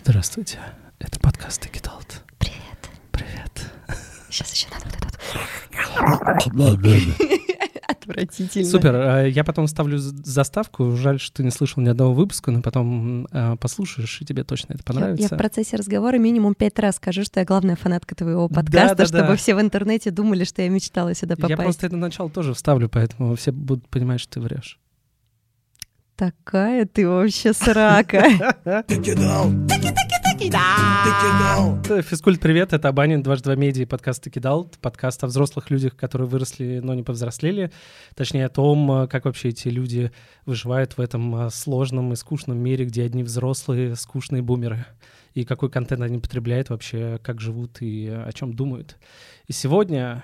Здравствуйте, это подкаст Текидалт. Привет. Привет. Сейчас еще надо вот этот отвратительно. Супер, я потом вставлю заставку. Жаль, что ты не слышал ни одного выпуска, но потом послушаешь, и тебе точно это понравится. Я в процессе разговора минимум 5 раз скажу, что я главная фанатка твоего подкаста, чтобы все в интернете думали, что я мечтала сюда попасть. Я просто это начало тоже вставлю, поэтому все будут понимать, что ты врешь. Такая ты вообще срака. Физкульт, привет, это Абанин, 2x2 медиа и подкаст Текидалт, подкаст о взрослых людях, которые выросли, но не повзрослели, точнее о том, как вообще эти люди выживают в этом сложном и скучном мире, где одни взрослые, скучные бумеры, и какой контент они потребляют вообще, как живут и о чем думают. И сегодня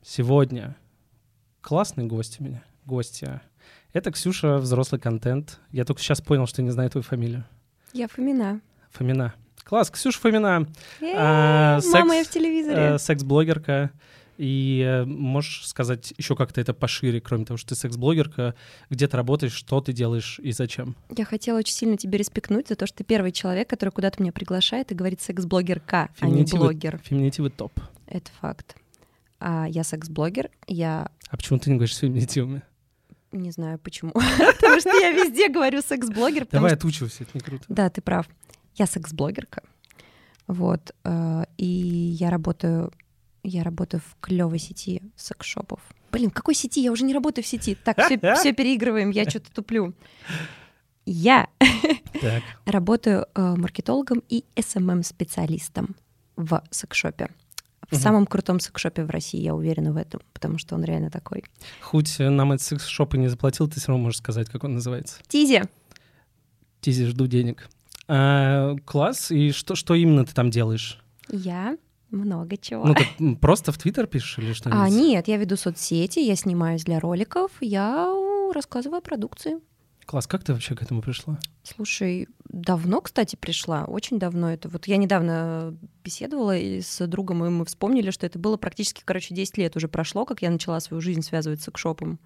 классный гость у меня, гостья. Это Ксюша, взрослый контент. Я только сейчас понял, что не знаю твою фамилию. Я Фомина. Фомина. Класс, Ксюша Фомина. Мама, я в телевизоре. Секс-блогерка. И можешь сказать еще как-то это пошире, кроме того, что ты секс-блогерка, где ты работаешь, что ты делаешь и зачем? Я хотела очень сильно тебе респектнуть за то, что ты первый человек, который куда-то меня приглашает и говорит секс-блогерка, а не блогер. Феминитивы топ. Это факт. Я секс-блогер, А почему ты не говоришь с феминитивами? Не знаю почему. Потому что я везде говорю секс-блогер. Давай отучивайся, это не круто. Да, ты прав. Я секс-блогерка. Вот. И я работаю в клевой сети секс-шопов. Блин, какой сети? Я уже не работаю в сети. Так, все переигрываем, я что-то туплю. Я работаю маркетологом и SMM-специалистом в секс-шопе. В самом крутом секс-шопе в России, я уверена в этом, потому что он реально такой. Хоть нам этот секс-шоп и не заплатил, ты все равно можешь сказать, как он называется. Тизи. Тизи, жду денег. Класс. И что именно ты там делаешь? Я много чего. Ну, ты просто в Твиттер пишешь или что-нибудь? Нет, я веду соцсети, я снимаюсь для роликов, я рассказываю о продукции. Класс, как ты вообще к этому пришла? Слушай, давно, кстати, пришла, очень давно. Это вот я недавно беседовала с другом, и мы вспомнили, что это было практически, 10 лет уже прошло, как я начала свою жизнь связывать с секс-шопом.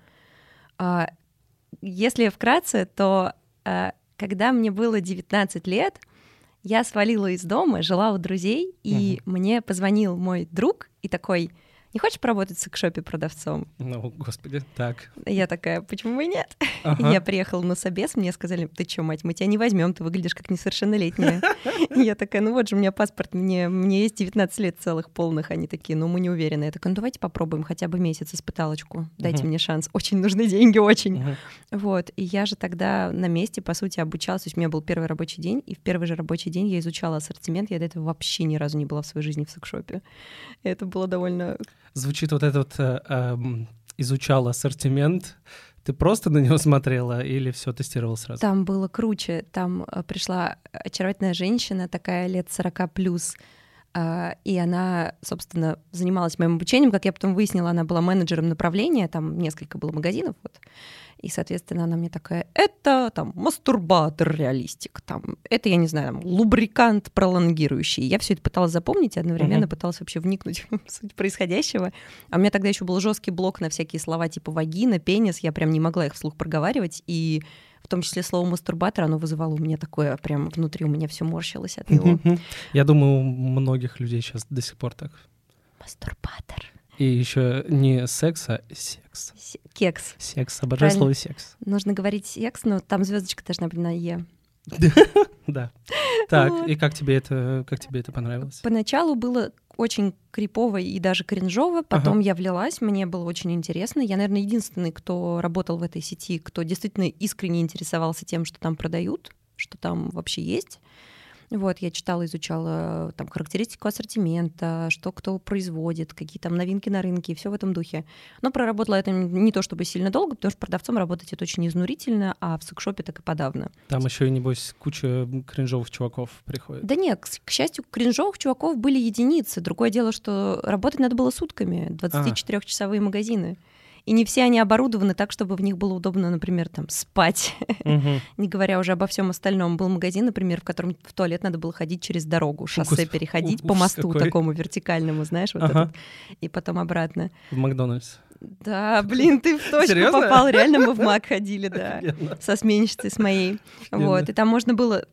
Если вкратце, то когда мне было 19 лет, я свалила из дома, жила у друзей, и мне позвонил мой друг и такой: не хочешь поработать в секс-шопе продавцом? Ну, господи, так. Я такая: почему бы и нет? Я приехала на собес, мне сказали: ты чё, мать, мы тебя не возьмем, ты выглядишь как несовершеннолетняя. Я такая: ну вот же у меня паспорт, мне есть 19 лет целых полных. Они такие: ну мы не уверены. Я такая: ну давайте попробуем хотя бы месяц испыталочку, дайте мне шанс. Очень нужны деньги, очень. Вот, и я же тогда на месте, по сути, обучалась. То есть у меня был первый рабочий день, и в первый же рабочий день я изучала ассортимент. Я до этого вообще ни разу не была в своей жизни в секс-шопе. Это было довольно... Звучит вот этот изучал ассортимент. Ты просто на него смотрела или все тестировала сразу? Там было круче. Там пришла очаровательная женщина, такая лет 40+, и она, собственно, занималась моим обучением. Как я потом выяснила, она была менеджером направления, там несколько было магазинов, вот. И, соответственно, она мне такая: это там мастурбатор реалистик, там, это, я не знаю, там, лубрикант пролонгирующий. Я все это пыталась запомнить и одновременно пыталась вообще вникнуть в суть происходящего. А у меня тогда еще был жесткий блок на всякие слова типа вагина, пенис, я прям не могла их вслух проговаривать, и в том числе слово мастурбатор, оно вызывало у меня такое, прям внутри у меня все морщилось от него. Я думаю, у многих людей сейчас до сих пор так. Мастурбатор. И еще не секс, а секс. Кекс. Секс. Обожаю слово секс. Нужно говорить секс, но там звездочка должна быть на «е». Да. Так, и как тебе это понравилось? Поначалу было очень крипово и даже кринжово, потом я влилась, мне было очень интересно. Я, наверное, единственный, кто работал в этой сети, кто действительно искренне интересовался тем, что там продают, что там вообще есть. Вот, я читала, изучала там характеристику ассортимента, что кто производит, какие там новинки на рынке, и все в этом духе. Но проработала это не то чтобы сильно долго, потому что продавцом работать это очень изнурительно, а в секс-шопе так и подавно. Там еще и, небось, куча кринжовых чуваков приходит. Да нет, к счастью, кринжовых чуваков были единицы. Другое дело, что работать надо было сутками, 24-часовые магазины. И не все они оборудованы так, чтобы в них было удобно, например, там, спать. Не говоря уже обо всем остальном. Был магазин, например, в котором в туалет надо было ходить через дорогу, шоссе переходить по мосту такому вертикальному, знаешь, вот этот, и потом обратно. В Макдональдс. Да, блин, ты в точку попал. Реально мы в Мак ходили, да, со сменщицей с моей. Вот, и там можно было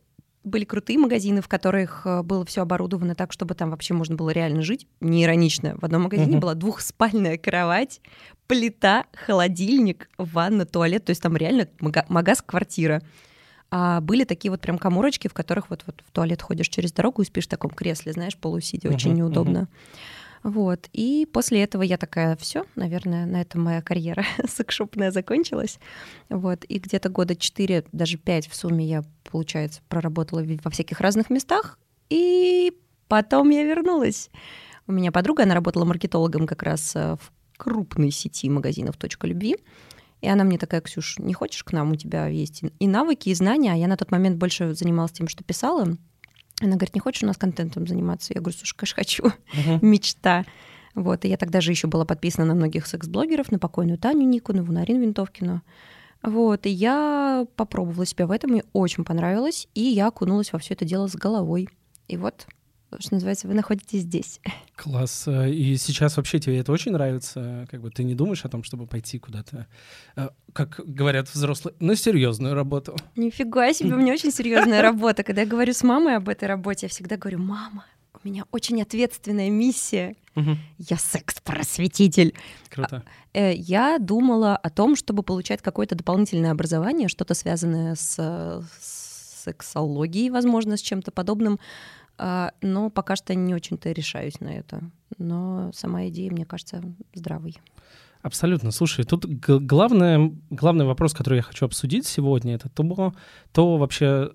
были крутые магазины, в которых было все оборудовано так, чтобы там вообще можно было реально жить. Не иронично. В одном магазине была двухспальная кровать, плита, холодильник, ванна, туалет. То есть там реально магаз-квартира. А были такие вот прям каморочки, в которых вот в туалет ходишь через дорогу и спишь в таком кресле, знаешь, полусидя. Очень неудобно. Вот. И после этого я такая, все, наверное, на этом моя карьера секшопная закончилась. Вот. И где-то года 4, даже 5 в сумме я, получается, проработала во всяких разных местах. И потом я вернулась. У меня подруга, она работала маркетологом как раз в крупной сети магазинов «Точка любви». И она мне такая: Ксюш, не хочешь к нам? У тебя есть и навыки, и знания. А я на тот момент больше занималась тем, что писала. Она говорит: не хочешь у нас контентом заниматься? Я говорю: слушай, конечно, хочу. Мечта. Вот. И я тогда же еще была подписана на многих секс-блогеров, на покойную Таню Никонову, на Арину Винтовкину. Вот. И я попробовала себя в этом, мне очень понравилось, и я окунулась во все это дело с головой. И вот, что называется, вы находитесь здесь. Класс. И сейчас вообще тебе это очень нравится? Как бы ты не думаешь о том, чтобы пойти куда-то, как говорят взрослые, на серьезную работу? Нифига себе, у меня очень серьезная работа. Когда я говорю с мамой об этой работе, я всегда говорю: мама, у меня очень ответственная миссия. Я секс-просветитель. Круто. Я думала о том, чтобы получать какое-то дополнительное образование, что-то связанное с сексологией, возможно, с чем-то подобным. Но пока что не очень-то решаюсь на это. Но сама идея, мне кажется, здравой. Абсолютно. Слушай, тут главный вопрос, который я хочу обсудить сегодня, это то вообще,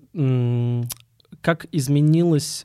как изменилось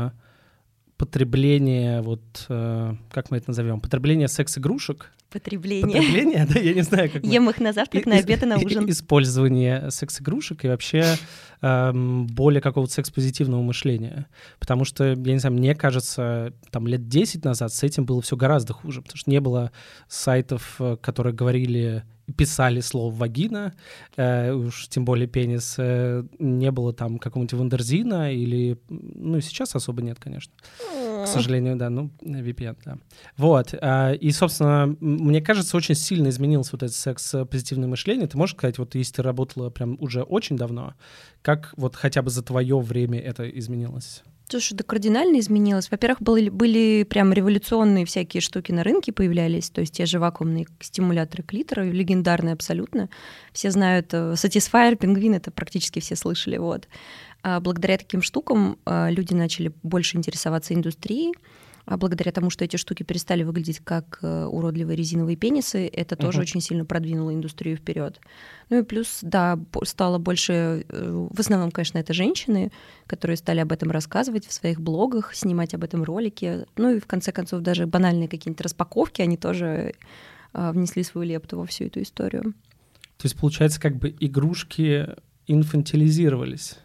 потребление, как мы это назовем, потребление секс-игрушек. Потребление, да, я не знаю, как ем их на завтрак, на обед и на ужин. Использование секс-игрушек и вообще более какого-то секс-позитивного мышления. Потому что, я не знаю, мне кажется, там лет 10 назад с этим было все гораздо хуже, потому что не было сайтов, которые говорили, писали слово «вагина», уж тем более «пенис», не было там какого-нибудь вундерзина или... Ну, сейчас особо нет, конечно. К сожалению, да, VPN, да. Вот, и, собственно, мне кажется, очень сильно изменилось вот это секс-позитивное мышление. Ты можешь сказать, вот если ты работала прям уже очень давно, как вот хотя бы за твое время это изменилось? Слушай, да кардинально изменилось. Во-первых, были прям революционные всякие штуки на рынке появлялись, то есть те же вакуумные стимуляторы клитора, легендарные абсолютно. Все знают Satisfyer, Penguin, это практически все слышали, вот. А благодаря таким штукам люди начали больше интересоваться индустрией, а благодаря тому, что эти штуки перестали выглядеть как уродливые резиновые пенисы, это тоже очень сильно продвинуло индустрию вперед. Ну и плюс, да, стало больше, в основном, конечно, это женщины, которые стали об этом рассказывать в своих блогах, снимать об этом ролики. Ну и в конце концов даже банальные какие-нибудь распаковки, они тоже внесли свою лепту во всю эту историю. То есть, получается, как бы игрушки инфантилизировались?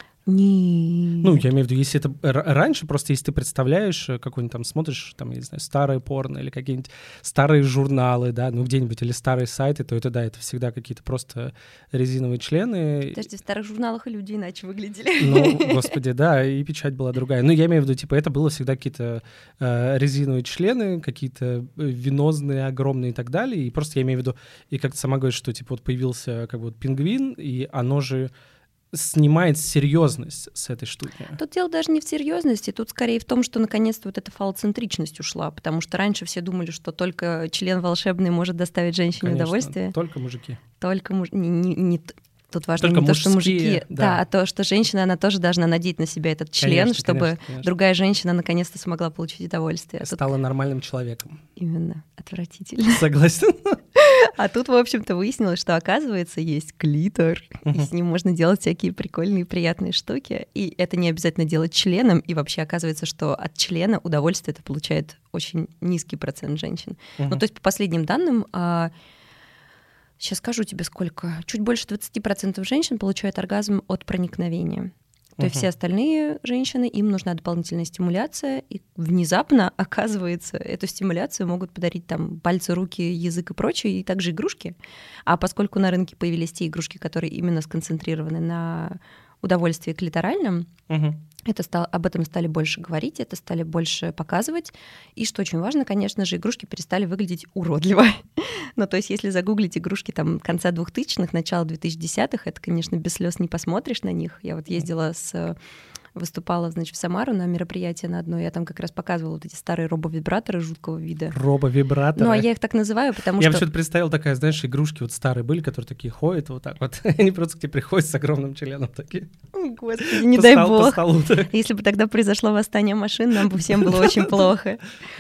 Нет. Ну, я имею в виду, если это раньше, просто если ты представляешь, какой-нибудь там смотришь, там, я не знаю, старое порно или какие-нибудь старые журналы, да, ну, где-нибудь, или старые сайты, то это, да, это всегда какие-то просто резиновые члены. Подожди, в старых журналах и люди иначе выглядели. Ну, господи, да, и печать была другая. Ну, я имею в виду, типа, это было всегда какие-то резиновые члены, какие-то венозные, огромные и так далее, и просто я имею в виду, и как ты сама говоришь, что, типа, вот появился как бы вот пингвин, и оно же снимает серьезность с этой штуки. Тут дело даже не в серьезности, тут скорее в том, что наконец-то вот эта фалоцентричность ушла, потому что раньше все думали, что только член волшебный может доставить женщине удовольствие. Только мужики. Только тут важно только не то, что мужики, да, а то, что женщина, она тоже должна надеть на себя этот член, конечно, чтобы конечно. другая женщина наконец-то смогла получить удовольствие. Стала нормальным человеком. Именно, отвратительно. Согласен. А тут, в общем-то, выяснилось, что, оказывается, есть клитор, и с ним можно делать всякие прикольные, приятные штуки, и это не обязательно делать членом, и вообще оказывается, что от члена удовольствие это получает очень низкий процент женщин. Ну, то есть, по последним данным, сейчас скажу тебе сколько, чуть больше 20% женщин получают оргазм от проникновения. То есть все остальные женщины, им нужна дополнительная стимуляция, и внезапно, оказывается, эту стимуляцию могут подарить там пальцы, руки, язык и прочее, и также игрушки. А поскольку на рынке появились те игрушки, которые именно сконцентрированы на удовольствии клиторальном, об этом стали больше говорить, это стали больше показывать. И что очень важно, конечно же, игрушки перестали выглядеть уродливо. Ну, то есть, если загуглить игрушки там конца 2000-х, начала 2010-х, это, конечно, без слез не посмотришь на них. Я вот ездила выступала, значит, в Самару на мероприятии на одно, я там как раз показывала вот эти старые робовибраторы жуткого вида. Робовибраторы? Ну, а я их так называю, потому я что... Я вообще представил, такая, знаешь, игрушки вот старые были, которые такие ходят вот так вот, они просто к тебе приходят с огромным членом такие. Господи, не дай бог. Если бы тогда произошло восстание машин, нам бы всем было очень плохо.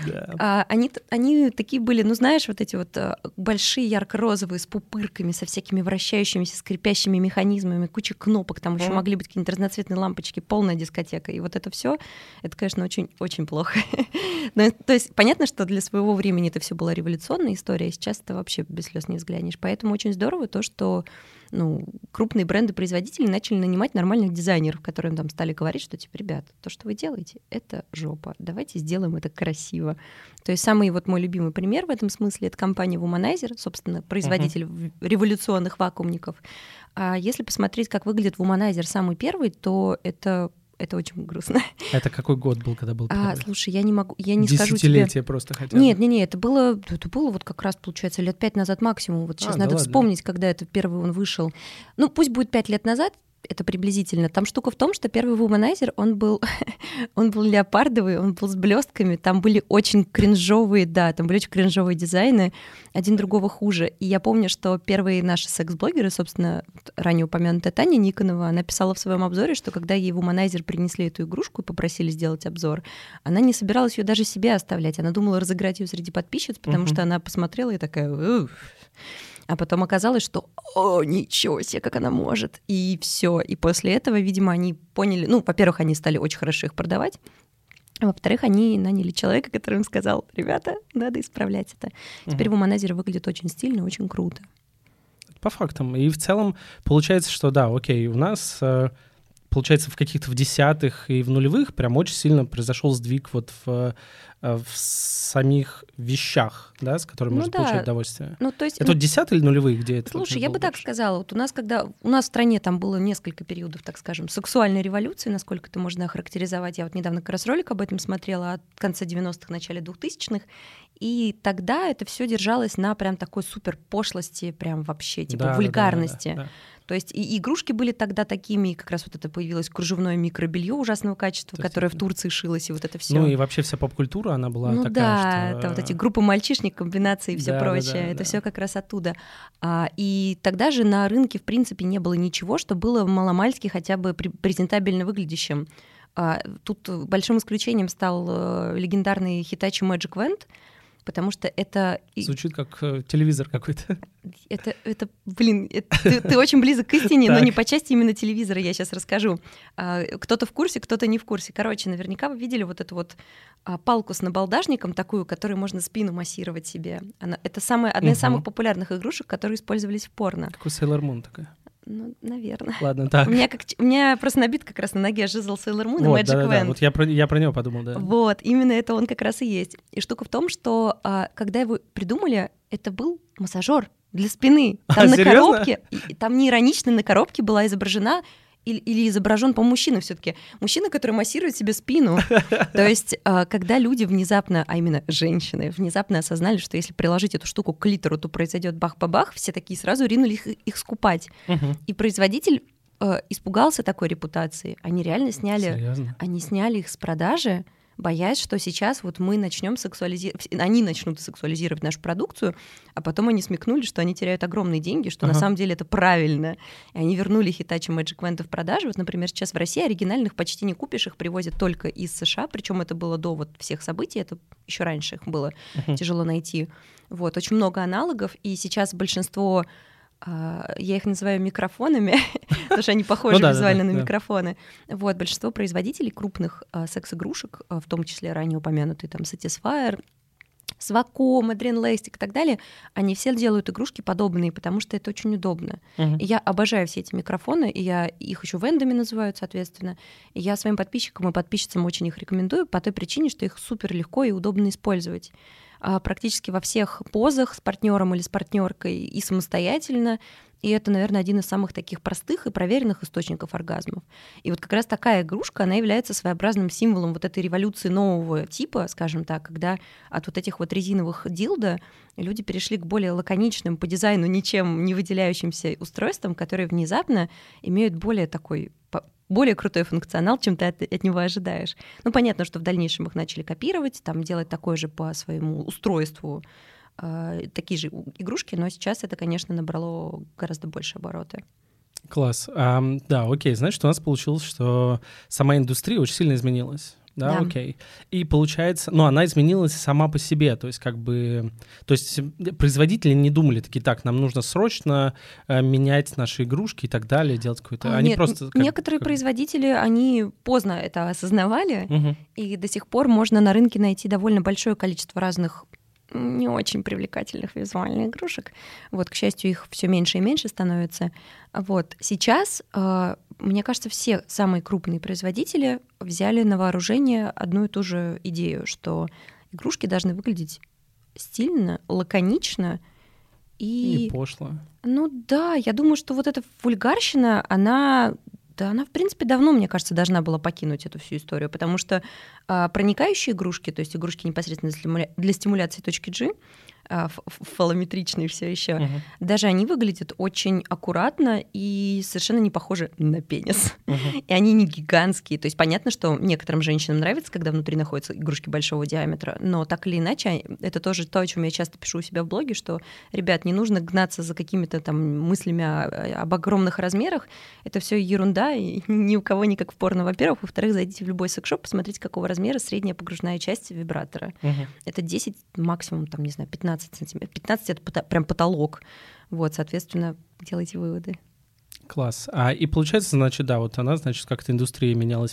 Они такие были, ну, знаешь, вот эти вот большие ярко-розовые с пупырками, со всякими вращающимися, скрипящими механизмами, куча кнопок, там еще могли быть какие-нибудь разноцветные лампочки, полная дискотека. И вот это все, это, конечно, очень-очень плохо. Но, то есть понятно, что для своего времени это все была революционная история, сейчас это вообще без слез не взглянешь. Поэтому очень здорово то, что крупные бренды-производители начали нанимать нормальных дизайнеров, которые там стали говорить, что типа, ребят, то, что вы делаете, это жопа. Давайте сделаем это красиво. То есть самый вот мой любимый пример в этом смысле — это компания Womanizer, собственно, производитель революционных вакуумников. А если посмотреть, как выглядит Womanizer самый первый, то это очень грустно. Это какой год был, когда был первый? Слушай, я не скажу тебе. Десятилетие просто хотя бы. Нет, это было вот как раз, получается, лет 5 назад максимум. Вот сейчас надо вспомнить, когда это первый он вышел. Ну, пусть будет 5 лет назад, это приблизительно. Там штука в том, что первый Womanizer, он был леопардовый, он был с блестками, там были очень кринжовые дизайны, один другого хуже. И я помню, что первые наши секс-блогеры, собственно, ранее упомянутая Таня Никонова, она писала в своем обзоре, что когда ей Womanizer принесли эту игрушку и попросили сделать обзор, она не собиралась ее даже себе оставлять, она думала разыграть ее среди подписчиц, потому что она посмотрела и такая... А потом оказалось, что ничего себе, как она может. И все. И после этого, видимо, они поняли... Ну, во-первых, они стали очень хорошо их продавать. А во-вторых, они наняли человека, который им сказал: ребята, надо исправлять это. Теперь Womanizer выглядит очень стильно, очень круто. По фактам. И в целом получается, что да, окей, у нас... Получается, в каких-то в десятых и в нулевых прям очень сильно произошел сдвиг вот в самих вещах, да, с которыми можно получать удовольствие. Ну, то есть, это десятые или нулевые, где это? Слушай, я бы так сказала. Вот у нас в стране там было несколько периодов, так скажем, сексуальной революции, насколько это можно охарактеризовать. Я вот недавно как раз ролик об этом смотрела, от конца 90-х, начале 2000-х, и тогда это все держалось на прям такой супер пошлости, прям вообще, типа вульгарности. Да. То есть и игрушки были тогда такими, и как раз вот это появилось кружевное микробелье ужасного качества, которое в Турции шилось, и вот это все. Ну и вообще вся поп-культура, она была такая, что... это вот эти группы мальчишник, комбинации и все прочее, это все как раз оттуда. И тогда же на рынке, в принципе, не было ничего, что было маломальски хотя бы презентабельно выглядящим. Тут большим исключением стал легендарный Hitachi Magic Wand, потому что это... Звучит как телевизор какой-то. Ты очень близок к истине, но не по части именно телевизора, я сейчас расскажу. Кто-то в курсе, кто-то не в курсе. Короче, наверняка вы видели вот эту вот палку с набалдажником такую, которой можно спину массировать себе. Это одна из самых популярных игрушек, которые использовались в порно. Какой Sailor Moon такая? Ну, наверное. Ладно, так. У меня просто набит как раз на ноге жезл Sailor Moon и Magic Wand. Вот я про него подумал, да. Вот, именно это он как раз и есть. И штука в том, что когда его придумали, это был массажер для спины. Там на коробке, там не иронично, на коробке была изображена или изображен, по-моему, мужчина все-таки. Мужчина, который массирует себе спину. То есть, когда люди внезапно, а именно женщины, внезапно осознали, что если приложить эту штуку к клитору, то произойдет бах-бабах, все такие сразу ринули их скупать. И производитель испугался такой репутации. Они реально сняли их с продажи, боясь, что сейчас вот мы начнем они начнут сексуализировать нашу продукцию, а потом они смекнули, что они теряют огромные деньги, что на самом деле это правильно. И они вернули Hitachi Magic Wand в продажу. Вот, например, сейчас в России оригинальных почти не купишь, их привозят только из США, причем это было до вот всех событий, это еще раньше их было тяжело найти. Вот, очень много аналогов, и сейчас большинство... Я их называю микрофонами, потому что они похожи визуально на микрофоны. Вот, большинство производителей крупных секс-игрушек, в том числе ранее упомянутые там Satisfyer, Swacom, Adren Elastic и так далее, они все делают игрушки подобные, потому что это очень удобно. И я обожаю все эти микрофоны, и их еще вендами называют, соответственно. И я своим подписчикам и подписчицам очень их рекомендую по той причине, что их супер легко и удобно использовать. практически во всех позах с партнером или с партнеркой и самостоятельно. И это, наверное, один из самых таких простых и проверенных источников оргазмов. И вот как раз такая игрушка, она является своеобразным символом вот этой революции нового типа, скажем так, когда от вот этих вот резиновых дилдо люди перешли к более лаконичным, по дизайну ничем не выделяющимся устройствам, которые внезапно имеют более крутой функционал, чем ты от него ожидаешь. Ну, понятно, что в дальнейшем их начали копировать, там делать такое же по своему устройству, такие же игрушки, но сейчас это, конечно, набрало гораздо больше обороты. Класс. Да, окей. Значит, у нас получилось, что сама индустрия очень сильно изменилась. Да, окей. И получается, она изменилась сама по себе, то есть производители не думали такие, так, нам нужно срочно менять наши игрушки и так далее, делать какой-то... Нет, некоторые производители, они поздно это осознавали, и до сих пор можно на рынке найти довольно большое количество разных не очень привлекательных визуальных игрушек. Вот, к счастью, их все меньше и меньше становится. Вот. Сейчас, мне кажется, все самые крупные производители взяли на вооружение одну и ту же идею, что игрушки должны выглядеть стильно, лаконично и... Не пошло. Ну да, я думаю, что вот эта вульгарщина, она, в принципе, давно, мне кажется, должна была покинуть эту всю историю, потому что проникающие игрушки, то есть игрушки непосредственно для стимуляции точки G, фалометричные все еще, даже они выглядят очень аккуратно и совершенно не похожи на пенис. И они не гигантские. То есть понятно, что некоторым женщинам нравится, когда внутри находятся игрушки большого диаметра, но так или иначе, это тоже то, о чем я часто пишу у себя в блоге, что, ребят, не нужно гнаться за какими-то там мыслями об огромных размерах. Это все ерунда, и ни у кого не как в порно, во-первых. Во-вторых, зайдите в любой секс-шоп, посмотрите, какого размера средняя погружная часть вибратора. Это 10, максимум, там, не знаю, 15 сантиметров. 15 — это прям потолок. Вот, соответственно, делайте выводы. Класс. И получается, значит, да, вот она, значит, как-то индустрия менялась,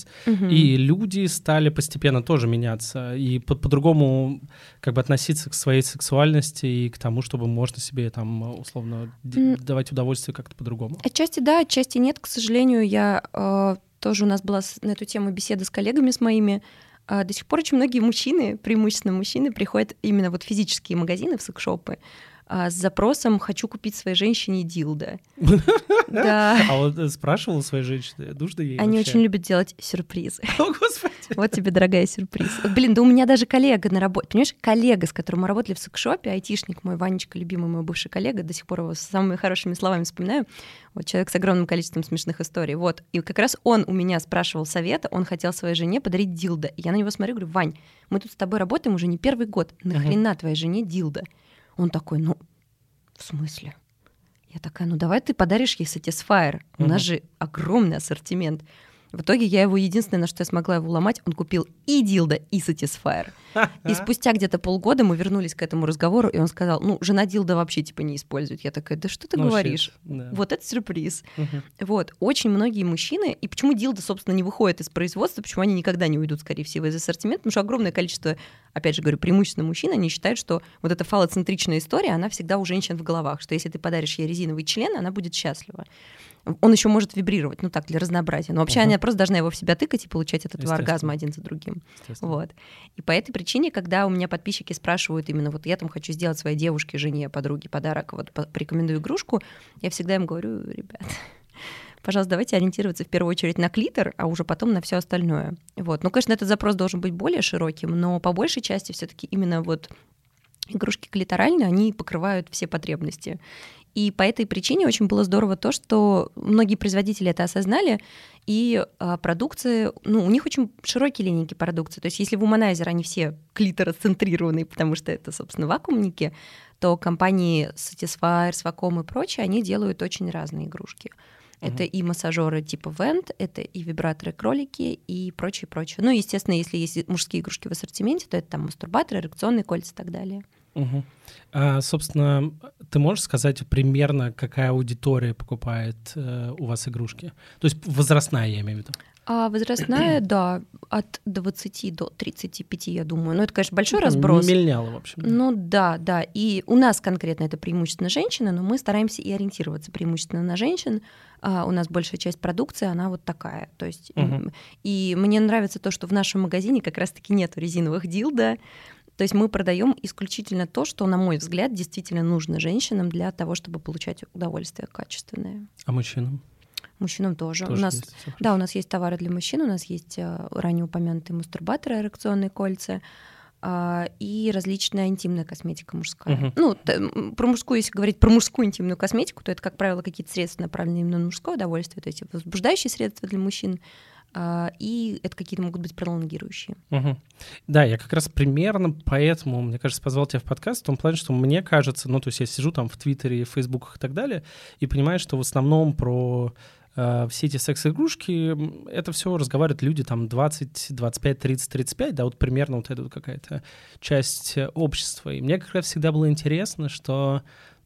и люди стали постепенно тоже меняться и по-другому как бы относиться к своей сексуальности и к тому, чтобы можно себе там условно давать удовольствие как-то по-другому. Отчасти да, отчасти нет. К сожалению, тоже у нас была на эту тему беседа с коллегами с моими. До сих пор очень многие мужчины, преимущественно мужчины, приходят именно вот в физические магазины, в секс-шопы, с запросом «хочу купить своей женщине дилдо». Да. А вот спрашивала своей женщине, нужно ей Они вообще? очень любят делать сюрпризы. О, Господи! Вот тебе, дорогая, сюрприз. Блин, да у меня даже коллега на работе, понимаешь, коллега, с которым мы работали в секс-шопе, айтишник мой, Ванечка, любимый мой бывший коллега, до сих пор его с самыми хорошими словами вспоминаю, вот человек с огромным количеством смешных историй, вот, и как раз он у меня спрашивал совета, он хотел своей жене подарить дилдо, и я на него смотрю, говорю: Вань, мы тут с тобой работаем уже не первый год, нахрена твоей жене дилдо? Он такой: в смысле? Я такая: давай ты подаришь ей Satisfyer. У нас же огромный ассортимент. В итоге я его единственное, на что я смогла его уломать, он купил и дилдо, и Satisfyer. И спустя где-то полгода мы вернулись к этому разговору, и он сказал: жена дилдо вообще типа не использует. Я такая: да что ты говоришь? Вот это сюрприз. Вот. Очень многие мужчины, и почему дилдо, собственно, не выходит из производства, почему они никогда не уйдут, скорее всего, из ассортимента, потому что огромное количество, опять же говорю, преимущественно мужчин, они считают, что вот эта фалоцентричная история, она всегда у женщин в головах, что если ты подаришь ей резиновый член, она будет счастлива. Он еще может вибрировать, так, для разнообразия. Но вообще она просто должна его в себя тыкать и получать от этого оргазма один за другим. Вот. И по этой причине, когда у меня подписчики спрашивают именно, вот я там хочу сделать своей девушке, жене, подруге подарок, вот порекомендую игрушку, я всегда им говорю: ребят, пожалуйста, давайте ориентироваться в первую очередь на клитор, а уже потом на все остальное. Вот. Конечно, этот запрос должен быть более широким, но по большей части все-таки именно вот игрушки клиторальные, они покрывают все потребности. И по этой причине очень было здорово то, что многие производители это осознали, и продукция, у них очень широкие линейки продукции. То есть если Womanizer, они все клитороцентрированные, потому что это, собственно, вакуумники, то компании Satisfyer, Swacom и прочие, они делают очень разные игрушки. Это и массажеры типа Vent, это и вибраторы-кролики, и прочее. Естественно, если есть мужские игрушки в ассортименте, то это там мастурбаторы, эрекционные кольца и так далее. Собственно, ты можешь сказать примерно, какая аудитория покупает у вас игрушки? То есть возрастная, я имею в виду. Возрастная, да, от 20 до 35, я думаю. Это, конечно, большой разброс. Миллениалы, в общем. Да. И у нас конкретно это преимущественно женщины, но мы стараемся и ориентироваться преимущественно на женщин. У нас большая часть продукции, она вот такая. То есть, и мне нравится то, что в нашем магазине как раз-таки нету резиновых дилдо. То есть мы продаем исключительно то, что, на мой взгляд, действительно нужно женщинам для того, чтобы получать удовольствие качественное. А мужчинам? Мужчинам тоже. У нас есть товары для мужчин, у нас есть ранее упомянутые мастурбаторы, эрекционные кольца и различная интимная косметика мужская. Про мужскую, если говорить про мужскую интимную косметику, то это, как правило, какие-то средства, направленные именно на мужское удовольствие, то есть возбуждающие средства для мужчин, и это какие-то могут быть пролонгирующие. Да, я как раз примерно поэтому, мне кажется, позвал тебя в подкаст, в том плане, что мне кажется, то есть я сижу там в Твиттере, в Фейсбуках и так далее, и понимаю, что в основном про все эти секс-игрушки, это все разговаривают люди там 20, 25, 30, 35, да, вот примерно вот эта вот какая-то часть общества. И мне как раз всегда было интересно, что...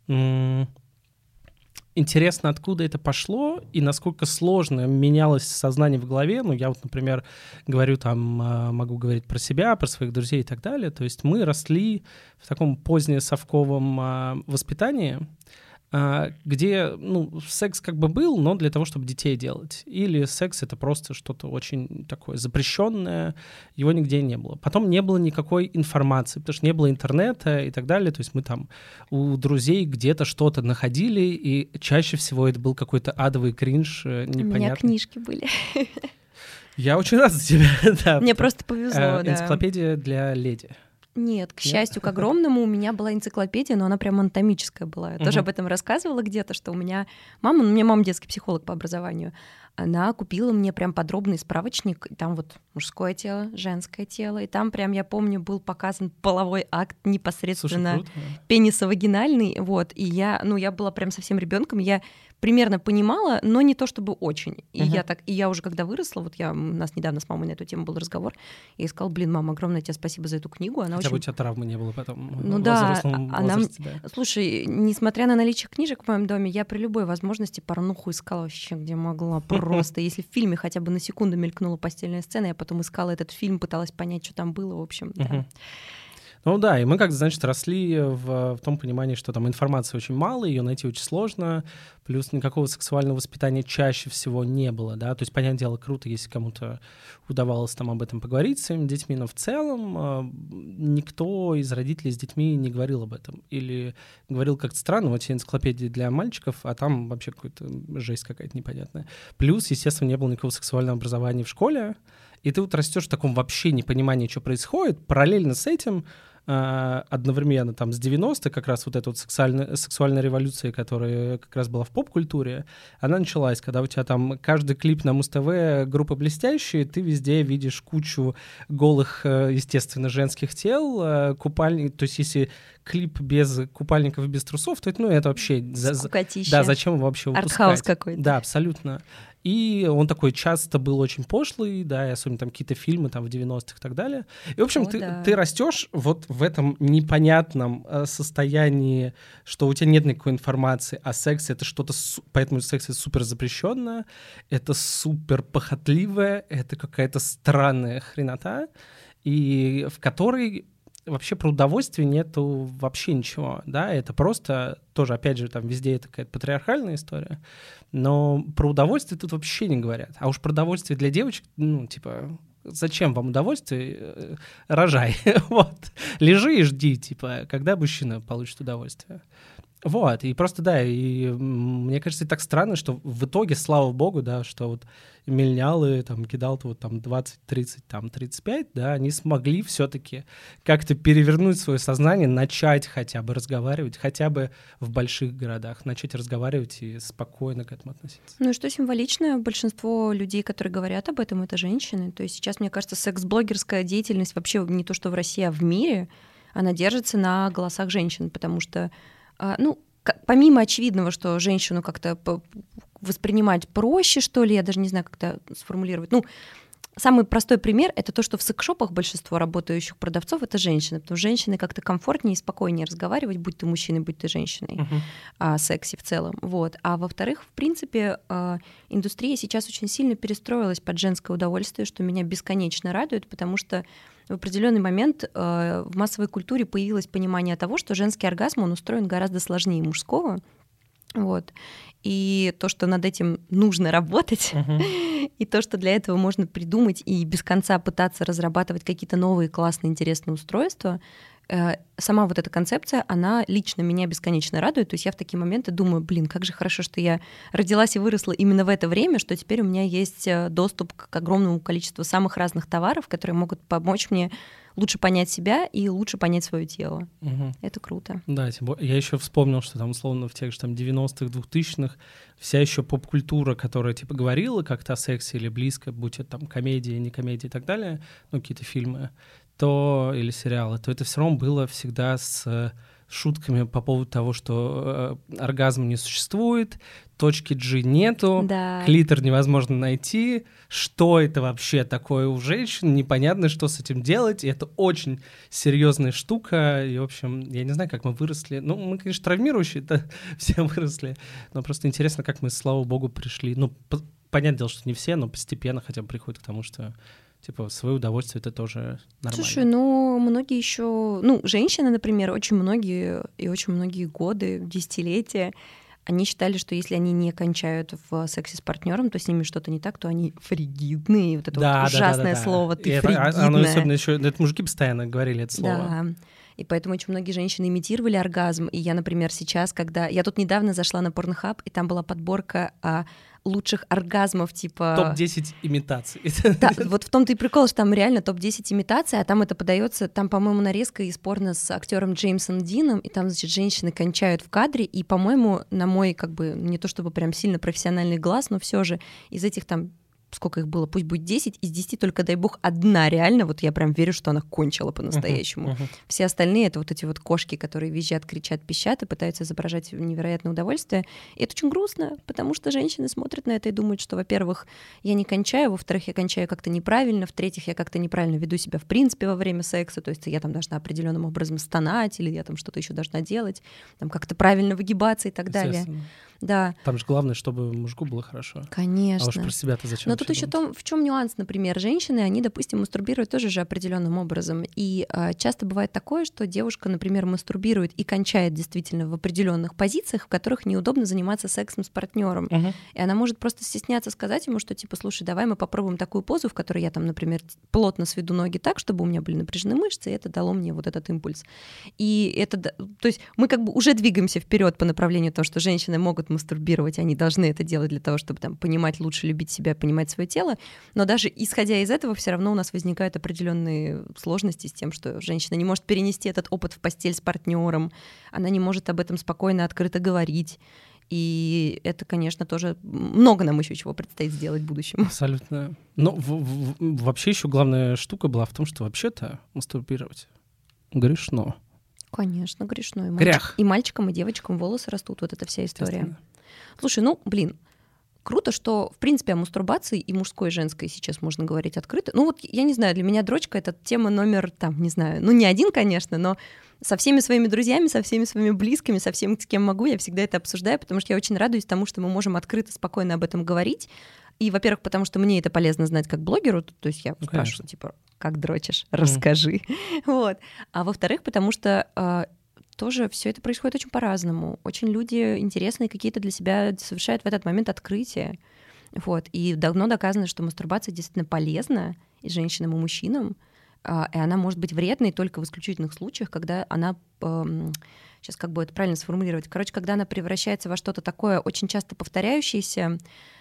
Интересно, откуда это пошло и насколько сложно менялось сознание в голове. Я вот, например, говорю там, могу говорить про себя, про своих друзей и так далее. То есть мы росли в таком позднесовковом воспитании, где, секс как бы был, но для того, чтобы детей делать. Или секс — это просто что-то очень такое запрещенное, его нигде не было. Потом не было никакой информации, потому что не было интернета и так далее. То есть мы там у друзей где-то что-то находили, и чаще всего это был какой-то адовый кринж непонятный. У меня книжки были. Я очень рад за тебя. Да. Мне просто повезло, да. Энциклопедия для леди. Нет, к счастью, к огромному, у меня была энциклопедия, но она прям анатомическая была. Я тоже об этом рассказывала где-то, что у меня мама детский психолог по образованию, она купила мне прям подробный справочник, и там вот мужское тело, женское тело, и там прям, я помню, был показан половой акт непосредственно пенисо-вагинальный, вот, и я была прям совсем ребенком, я примерно понимала, но не то чтобы очень. И я уже когда выросла, у нас недавно с мамой на эту тему был разговор, я ей сказала: мама, огромное тебе спасибо за эту книгу. Она хотя бы у тебя травмы не было потом в взрослом возрасте, да. Слушай, несмотря на наличие книжек в моем доме, я при любой возможности порнуху искала вообще, где могла. Просто если в фильме хотя бы на секунду мелькнула постельная сцена, я потом искала этот фильм, пыталась понять, что там было, в общем. Да. И мы как-то, росли в том понимании, что там информации очень мало, ее найти очень сложно, плюс никакого сексуального воспитания чаще всего не было, да, то есть, понятное дело, круто, если кому-то удавалось там об этом поговорить с своими детьми, но в целом никто из родителей с детьми не говорил об этом, или говорил как-то странно, вот эти энциклопедии для мальчиков, а там вообще какая-то жесть какая-то непонятная. Плюс, естественно, не было никакого сексуального образования в школе, и ты вот растешь в таком вообще непонимании, что происходит, параллельно с этим одновременно там с 90-х как раз вот эта вот сексуальная революция, которая как раз была в поп-культуре, она началась, когда у тебя там каждый клип на Муз-ТВ группа «Блестящие», ты везде видишь кучу голых, естественно, женских тел, купальник, то есть если клип без купальников и без трусов, то это вообще... Скукотища. Да, зачем его вообще выпускать? Артхаус какой-то. Да, абсолютно. И он такой часто был очень пошлый, да, и особенно там какие-то фильмы там в 90-х и так далее. И, в общем, ты растешь вот в этом непонятном состоянии, что у тебя нет никакой информации о сексе, это что-то, поэтому секс — это супер запрещенное, это супер похотливое, это какая-то странная хренота, и в которой вообще про удовольствие нету вообще ничего, да, это просто тоже, опять же, там везде это какая-то патриархальная история, но про удовольствие тут вообще не говорят. А уж про удовольствие для девочек, зачем вам удовольствие? Рожай, вот. Лежи и жди, когда мужчина получит удовольствие. Вот, и просто, да, и мне кажется, это так странно, что в итоге, слава богу, да, что вот миллениалы, там, кидал-то вот там 20, 30, там, 35, да, они смогли все-таки как-то перевернуть свое сознание, начать хотя бы разговаривать, хотя бы в больших городах, начать разговаривать и спокойно к этому относиться. Ну и что символично, большинство людей, которые говорят об этом, это женщины. То есть сейчас, мне кажется, секс-блогерская деятельность вообще не то, что в России, а в мире, она держится на голосах женщин, потому что помимо очевидного, что женщину как-то воспринимать проще, что ли, я даже не знаю, как это сформулировать. Самый простой пример — это то, что в секс-шопах большинство работающих продавцов — это женщины, потому что женщины как-то комфортнее и спокойнее разговаривать, будь ты мужчиной, будь ты женщиной, о сексе в целом. Вот. А во-вторых, в принципе, индустрия сейчас очень сильно перестроилась под женское удовольствие, что меня бесконечно радует, потому что в определенный момент в массовой культуре появилось понимание того, что женский оргазм, он устроен гораздо сложнее мужского, Вот. И то, что над этим нужно работать, и то, что для этого можно придумать и без конца пытаться разрабатывать какие-то новые классные, интересные устройства, сама вот эта концепция, она лично меня бесконечно радует. То есть я в такие моменты думаю, блин, как же хорошо, что я родилась и выросла именно в это время, что теперь у меня есть доступ к огромному количеству самых разных товаров, которые могут помочь мне лучше понять себя и лучше понять свое тело. Это круто. Да, я еще вспомнил, что там условно в тех же там 90-х, 2000-х вся еще поп-культура, которая типа говорила как-то о сексе или близко, будь это там комедия, не комедия и так далее, ну какие-то фильмы, то или сериалы, то это все равно было всегда с шутками по поводу того, что оргазм не существует, точки G нету, Да. клитор невозможно найти, что это вообще такое у женщин, непонятно, что с этим делать, и это очень серьезная штука, и, в общем, я не знаю, как мы выросли, ну, мы, конечно, травмирующие-то все выросли, но просто интересно, как мы, слава богу, пришли, ну, понятное дело, что не все, но постепенно хотя бы приходят к тому, что типа, свое удовольствие — это тоже нормально. Слушай, ну, многие еще... Ну, женщины, например, очень многие годы, десятилетия, они считали, что если они не кончают в сексе с партнером, то с ними что-то не так, то они фригидные. Вот это вот ужасное слово «ты фригидная». Оно особенно еще... Это мужики постоянно говорили это слово. Да. И поэтому очень многие женщины имитировали оргазм. И я, например, сейчас, когда... Я тут недавно зашла на Pornhub, и там была подборка лучших оргазмов, типа... Топ-10 имитаций. Да, вот в том-то и прикол, что там реально топ-10 имитаций, а там это подается, там, по-моему, нарезка из порно с актером Джеймсом Дином, и там, значит, женщины кончают в кадре, и, по-моему, на мой, как бы, не то чтобы прям сильно профессиональный глаз, но все же из этих там сколько их было, пусть будет 10, из 10 только, дай бог, одна реально, вот я прям верю, что она кончила по-настоящему. Все остальные — это вот эти вот кошки, которые визжат, кричат, пищат и пытаются изображать невероятное удовольствие. И это очень грустно, потому что женщины смотрят на это и думают, что, во-первых, я не кончаю, во-вторых, я кончаю как-то неправильно, в-третьих, я как-то неправильно веду себя в принципе во время секса, то есть я там должна определенным образом стонать, или я там что-то еще должна делать, там как-то правильно выгибаться и так далее. Да. Там же главное, чтобы мужику было хорошо. Конечно. А уж про себя-то зачем? Но тут еще в чем нюанс, например, женщины, они, допустим, мастурбируют тоже же определенным образом. И часто бывает такое, что девушка, например, мастурбирует и кончает действительно в определенных позициях, в которых неудобно заниматься сексом с партнером. И она может просто стесняться сказать ему, что типа, слушай, давай мы попробуем такую позу, в которой я там, например, плотно сведу ноги так, чтобы у меня были напряжены мышцы, и это дало мне вот этот импульс. И это, то есть мы как бы уже двигаемся вперед по направлению того, что женщины могут мастурбировать, они должны это делать для того, чтобы там понимать лучше, любить себя, понимать свое тело, но даже исходя из этого все равно у нас возникают определенные сложности с тем, что женщина не может перенести этот опыт в постель с партнером, она не может об этом спокойно, открыто говорить. И это, конечно, тоже много нам еще чего предстоит сделать в будущем. Абсолютно. Но вообще еще главная штука была в том, что вообще-то мастурбировать грешно. Конечно, грешно. Грях. И мальчикам, и девочкам волосы растут, вот эта вся история. Слушай, ну, блин, круто, что, в принципе, о мастурбации и мужской, и женской сейчас можно говорить открыто. Ну вот, я не знаю, для меня дрочка — это тема номер, там, не знаю, ну не один, конечно, но со всеми своими друзьями, со всеми своими близкими, со всеми, с кем могу, я всегда это обсуждаю, потому что я очень радуюсь тому, что мы можем открыто, спокойно об этом говорить. И, во-первых, потому что мне это полезно знать как блогеру, то есть я спрашиваю, типа, как дрочишь, расскажи. Вот. А во-вторых, потому что тоже все это происходит очень по-разному. Очень люди интересные какие-то для себя совершают в этот момент открытия. Вот. И давно доказано, что мастурбация действительно полезна и женщинам, и мужчинам, и она может быть вредной только в исключительных случаях, когда она... Сейчас как бы это правильно сформулировать. Короче, когда она превращается во что-то такое очень часто повторяющееся.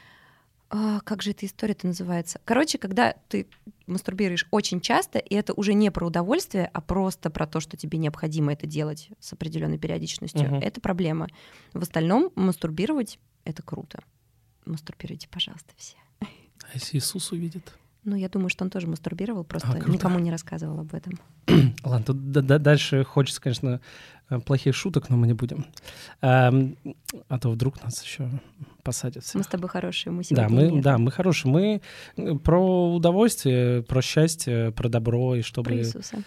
Как же эта история-то называется? Короче, когда ты мастурбируешь очень часто, и это уже не про удовольствие, а просто про то, что тебе необходимо это делать с определенной периодичностью, это проблема. В остальном мастурбировать — это круто. Мастурбируйте, пожалуйста, все. А если Иисус увидит? Ну, я думаю, что он тоже мастурбировал, просто никому не рассказывал об этом. Ладно, тут дальше хочется, конечно, плохих шуток, но мы не будем. А то вдруг нас еще посадят. Мы с тобой хорошие, мы сегодня Да, мы хорошие. Мы про удовольствие, про счастье, про добро, и чтобы... Про Иисуса.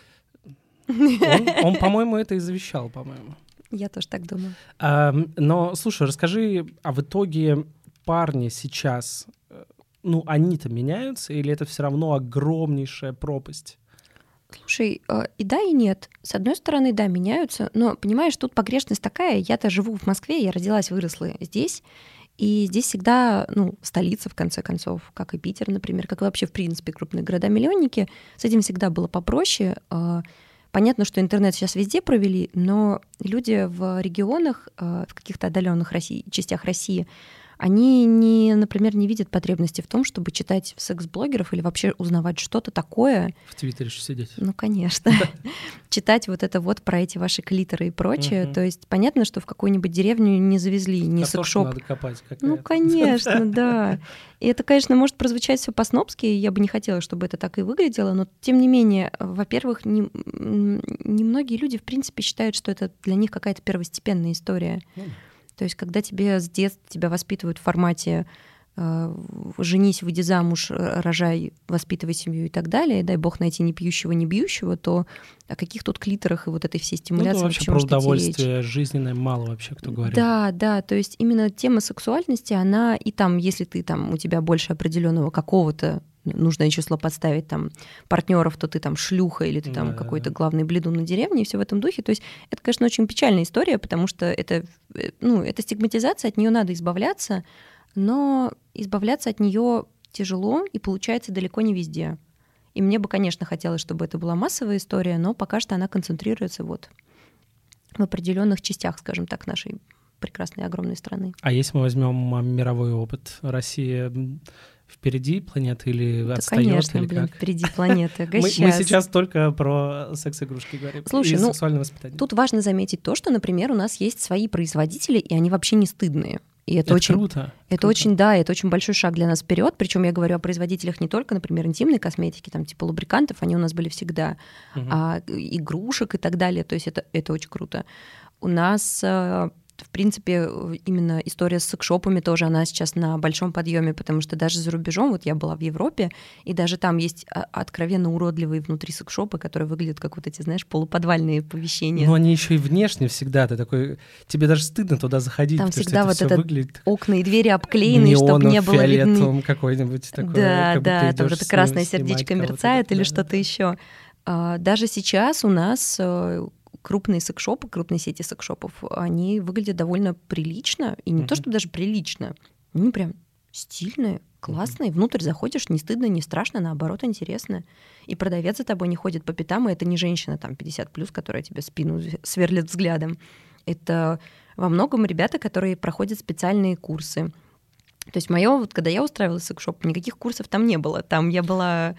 Он, по-моему, это и завещал, по-моему. Я тоже так думаю. Но, слушай, расскажи, а в итоге парни сейчас... Ну, они-то меняются, или это все равно огромнейшая пропасть? Слушай, и да, и нет. С одной стороны, да, меняются, но, понимаешь, тут погрешность такая. Я-то живу в Москве, я родилась, выросла здесь, и здесь всегда, столица, в конце концов, как и Питер, например, как и вообще, в принципе, крупные города-миллионники, с этим всегда было попроще. Понятно, что интернет сейчас везде провели, но люди в регионах, в каких-то отдаленных частях России, они, например, не видят потребности в том, чтобы читать секс-блогеров или вообще узнавать что-то такое. В Твиттере еще сидеть. Ну, конечно. Читать вот это вот про эти ваши клиторы и прочее. То есть понятно, что в какую-нибудь деревню не завезли, не секс-шоп. Надо копать. Ну, конечно, да. И это, конечно, может прозвучать все по-снобски, я бы не хотела, чтобы это так и выглядело, но тем не менее, во-первых, немногие люди, в принципе, считают, что это для них какая-то первостепенная история. То есть когда тебе с детства тебя воспитывают в формате «женись, выйди замуж, рожай, воспитывай семью» и так далее, дай бог найти не пьющего, не бьющего, то о каких тут клиторах и вот этой всей стимуляции вообще может про идти удовольствие речь? жизненное мало вообще кто говорит. Да, то есть именно тема сексуальности, она и там, если ты там, у тебя больше определенного какого-то, нужное число подставить там партнеров, то ты там шлюха или ты там какой-то главный бледун на деревне и все в этом духе. То есть это, конечно, очень печальная история, потому что это стигматизация, от нее надо избавляться, но избавляться от нее тяжело и получается далеко не везде. И мне бы, конечно, хотелось, чтобы это была массовая история, но пока что она концентрируется вот в определенных частях, скажем так, нашей прекрасной огромной страны. А если мы возьмем мировой опыт, Россия впереди планеты или да, отстаёт? Конечно, или как? Впереди планеты. Мы сейчас только про секс-игрушки говорим. Слушай, и сексуальное воспитание. Тут важно заметить то, что, например, у нас есть свои производители, и они вообще не стыдные. И это очень круто. Это очень большой шаг для нас вперед. Причем я говорю о производителях не только, например, интимной косметики, там типа лубрикантов, они у нас были всегда, а игрушек и так далее. То есть это очень круто. У нас в принципе, именно история с секшопами тоже, она сейчас на большом подъеме, потому что даже за рубежом, вот я была в Европе, и даже там есть откровенно уродливые внутри секшопы, которые выглядят как вот эти, знаешь, полуподвальные помещения. Ну, они еще и внешне всегда, ты такой, тебе даже стыдно туда заходить, там потому всегда что вот это выглядит окна и двери обклеены, чтобы не было видно. Какой-нибудь такой, да, там вот это красное сердечко мерцает или что-то еще. Даже сейчас у нас крупные секшопы, крупные сети секшопов, они выглядят довольно прилично, и не то, что даже прилично, они прям стильные, классные. Внутрь заходишь, не стыдно, не страшно, наоборот, интересно. И продавец за тобой не ходит по пятам, и это не женщина там 50+, которая тебе спину сверлит взглядом. Это во многом ребята, которые проходят специальные курсы. То есть когда я устраивалась в секшоп, никаких курсов там не было. Там я была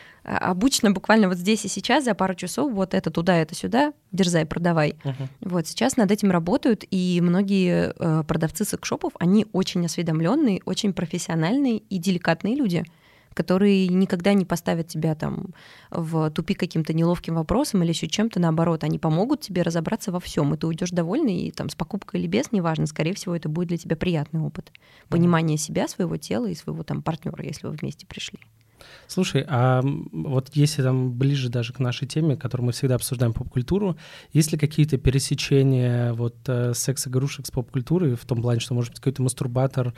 обычно буквально вот здесь и сейчас за пару часов вот это туда, это сюда, дерзай, продавай. Вот сейчас над этим работают, и многие продавцы секшопов, они очень осведомленные, очень профессиональные и деликатные люди, которые никогда не поставят тебя там в тупик каким-то неловким вопросом или еще чем-то, наоборот, они помогут тебе разобраться во всем, и ты уйдешь довольный, и там с покупкой или без, неважно, скорее всего, это будет для тебя приятный опыт. Понимание себя, своего тела и своего там партнера, если вы вместе пришли. Слушай, а вот если там ближе даже к нашей теме, которую мы всегда обсуждаем, поп-культуру, есть ли какие-то пересечения вот секс-игрушек с поп-культурой в том плане, что, может быть, какой-то мастурбатор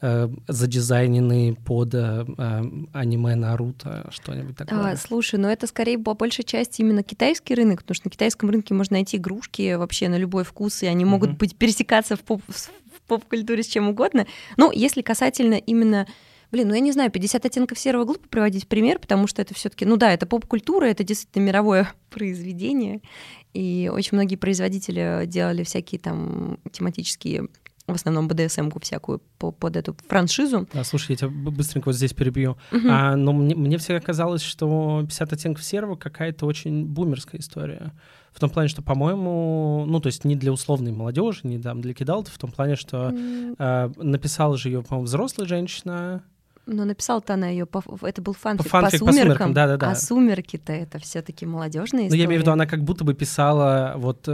задизайненный под аниме Наруто, что-нибудь такое? Слушай, это скорее по большей части именно китайский рынок, потому что на китайском рынке можно найти игрушки вообще на любой вкус, и они могут пересекаться в поп-культуре с чем угодно. Но если касательно именно... я не знаю, 50 оттенков серого глупо приводить в пример, потому что это все-таки, это поп-культура, это действительно мировое произведение. И очень многие производители делали всякие там тематические, в основном БДСМ-ку всякую под эту франшизу. Слушай, я тебя быстренько вот здесь перебью. Но мне всегда казалось, что 50 оттенков серого какая-то очень бумерская история. В том плане, что, по-моему, то есть не для условной молодежи, не для кидалтов, в том плане, что написала же ее, по-моему, взрослая женщина. Но написала-то она ее, это был фанфик по сумеркам, да. А сумерки-то это все-таки молодежная история. Я имею в виду, она как будто бы писала вот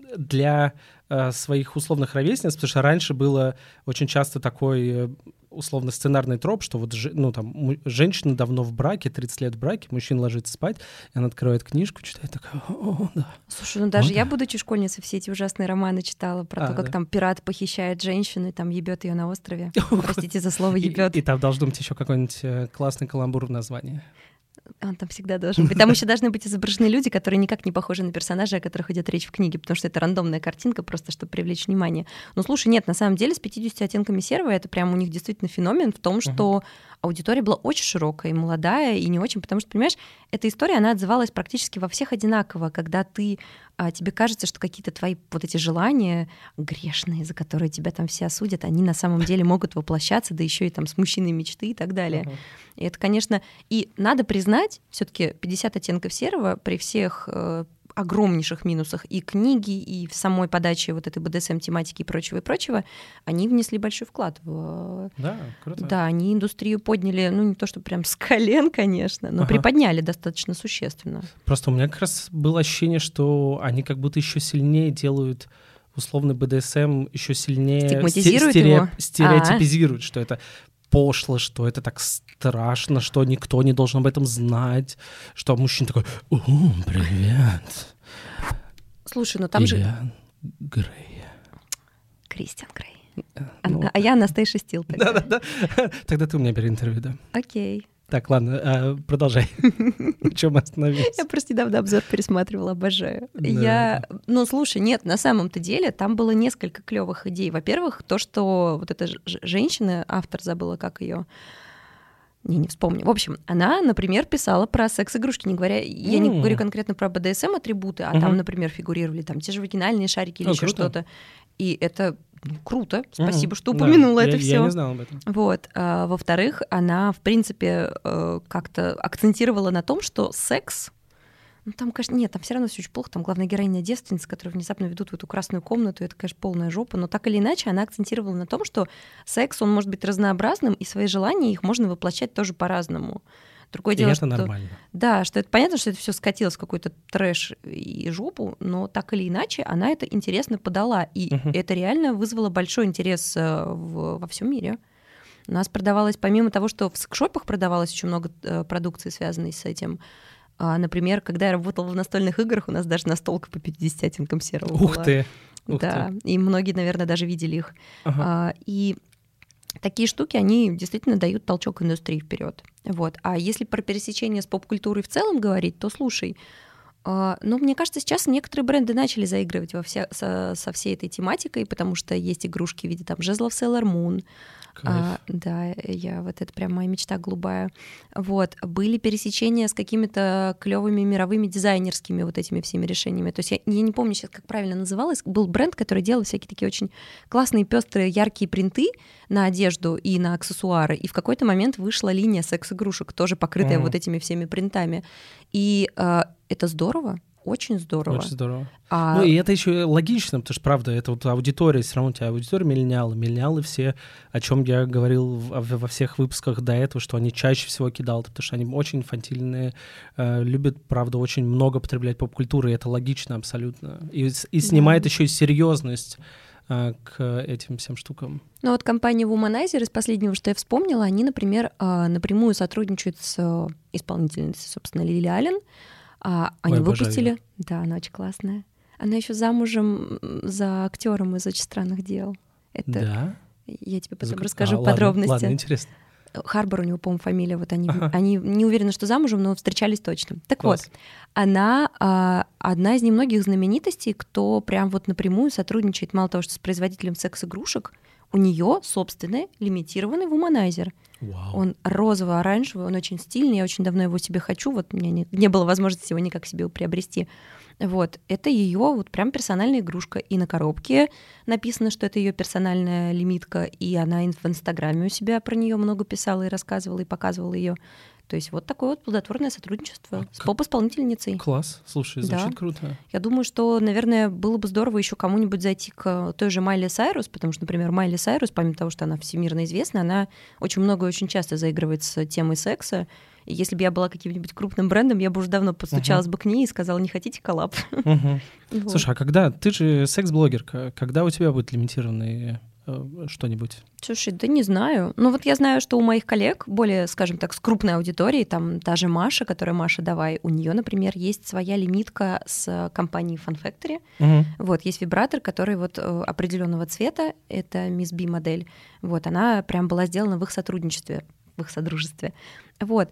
для своих условных ровесниц, потому что раньше было очень часто такой условно сценарный троп, что вот женщина давно в браке, 30 лет в браке, мужчина ложится спать, и она открывает книжку, читает, такая, да. Слушай, даже я, будучи школьницей, все эти ужасные романы читала про то, как там пират похищает женщину и там ебет ее на острове. Простите за слово ебет. И там должен быть еще какой-нибудь классный каламбур в названии. Он там всегда должен быть. Там еще должны быть изображены люди, которые никак не похожи на персонажей, о которых идет речь в книге, потому что это рандомная картинка, просто чтобы привлечь внимание. Но слушай, нет, на самом деле с 50 оттенками серого это прям у них действительно феномен в том, что аудитория была очень широкая, и молодая, и не очень, потому что, понимаешь, эта история, она отзывалась практически во всех одинаково, когда тебе кажется, что какие-то твои вот эти желания грешные, за которые тебя там все осудят, они на самом деле могут воплощаться, да еще и там с мужчиной мечты и так далее. И это, конечно, и надо признать, все-таки 50 оттенков серого при всех огромнейших минусах и книги, и в самой подаче вот этой БДСМ-тематики и прочего, они внесли большой вклад в... Да, круто. Да, они индустрию подняли, ну, не то, что прям с колен, конечно, но приподняли достаточно существенно. Просто у меня как раз было ощущение, что они как будто еще сильнее делают условный БДСМ, еще сильнее стереотипизируют, что это пошло, что это так страшно, что никто не должен об этом знать, что мужчина такой: «О, привет». Слушай, ну там Илья Грей. Кристиан Грей. А я Анастейша Стил тогда. Да-да-да. Тогда ты у меня бери интервью, да. Окей. Так, ладно, продолжай. На чем мы остановились? Я просто недавно обзор пересматривала, обожаю. Да. Ну, слушай, нет, на самом-то деле там было несколько клевых идей. Во-первых, то, что вот эта женщина, автор, забыла, как ее... Не вспомню. В общем, она, например, писала про секс-игрушки, не говоря... Я не говорю конкретно про БДСМ-атрибуты, а там, например, фигурировали там те же вагинальные шарики или еще что-то. И это... круто, спасибо, что упомянула это все. Я не знала об этом. Вот. Во-вторых, она, в принципе, как-то акцентировала на том, что секс... Ну, там, конечно, нет, там все равно все очень плохо. Там главная героиня девственница, которую внезапно ведут в эту красную комнату. Это, конечно, полная жопа. Но так или иначе, она акцентировала на том, что секс, он может быть разнообразным, и свои желания их можно воплощать тоже по-разному. Другое дело, это нормально. Да, что это понятно, что это все скатилось в какой-то трэш и жопу, но так или иначе она это интересно подала, и это реально вызвало большой интерес во всем мире. У нас продавалось, помимо того, что в секшопах продавалось еще много продукции, связанной с этим. Например, когда я работала в настольных играх, у нас даже настолка по 50 оттенкам серого была. Ух ты! Да, и многие, наверное, даже видели их. И такие штуки, они действительно дают толчок индустрии вперед. Вот. А если про пересечение с поп-культурой в целом говорить, то слушай, ну, мне кажется, сейчас некоторые бренды начали заигрывать со всей этой тематикой, потому что есть игрушки в виде там жезлов Sailor Moon. Да, это прям моя мечта голубая. Вот. Были пересечения с какими-то клевыми мировыми дизайнерскими вот этими всеми решениями. То есть я не помню сейчас, как правильно называлось. Был бренд, который делал всякие такие очень классные, пестрые, яркие принты на одежду и на аксессуары. И в какой-то момент вышла линия секс-игрушек, тоже покрытая вот этими всеми принтами. И это здорово. Очень здорово. Очень здорово. Ну и это еще логично, потому что, правда, это вот аудитория, все равно у тебя аудитория миллениалы. Миллениалы все, о чем я говорил во всех выпусках до этого, что они чаще всего кидал, потому что они очень инфантильные, любят, правда, очень много потреблять поп-культуры, и это логично абсолютно. И снимает еще и серьезность к этим всем штукам. Ну вот компания Womanizer, из последнего, что я вспомнила, они, например, напрямую сотрудничают с исполнительницей, собственно, Лили Аллен. Они выпустили... Да, она очень классная. Она еще замужем за актером из «Очень странных дел». Да? Я тебе потом расскажу подробности. Ладно, интересно. Харбор у него, по-моему, фамилия. Вот они не уверены, что замужем, но встречались точно. Так Класс. вот, она одна из немногих знаменитостей, кто прям вот напрямую сотрудничает, мало того, что с производителем секс-игрушек, у нее собственный лимитированный Womanizer. Вау. Он розово-оранжевый, он очень стильный, я очень давно его себе хочу, вот у меня не было возможности его никак себе приобрести. Вот, это ее вот прям персональная игрушка. И на коробке написано, что это ее персональная лимитка, и она в Инстаграме у себя про нее много писала и рассказывала, и показывала ее. То есть вот такое вот плодотворное сотрудничество с поп-исполнительницей. Класс, слушай, звучит да. круто. Я думаю, что, наверное, было бы здорово еще кому-нибудь зайти к той же Майли Сайрус, потому что, например, Майли Сайрус, помимо того, что она всемирно известна, она очень много и очень часто заигрывает с темой секса. И если бы я была каким-нибудь крупным брендом, я бы уже давно постучалась бы к ней и сказала: не хотите коллаб? Вот. Слушай, а когда ты же секс-блогерка, когда у тебя будет лимитированный что-нибудь? Слушай, да не знаю. Ну вот я знаю, что у моих коллег, более, скажем так, с крупной аудиторией, там та же Маша, которая Маша Давай, у нее, например, есть своя лимитка с компанией Fun Factory. Вот, есть вибратор, который вот определенного цвета, это Miss B модель. Вот, она прям была сделана в их сотрудничестве, в их содружестве. Вот.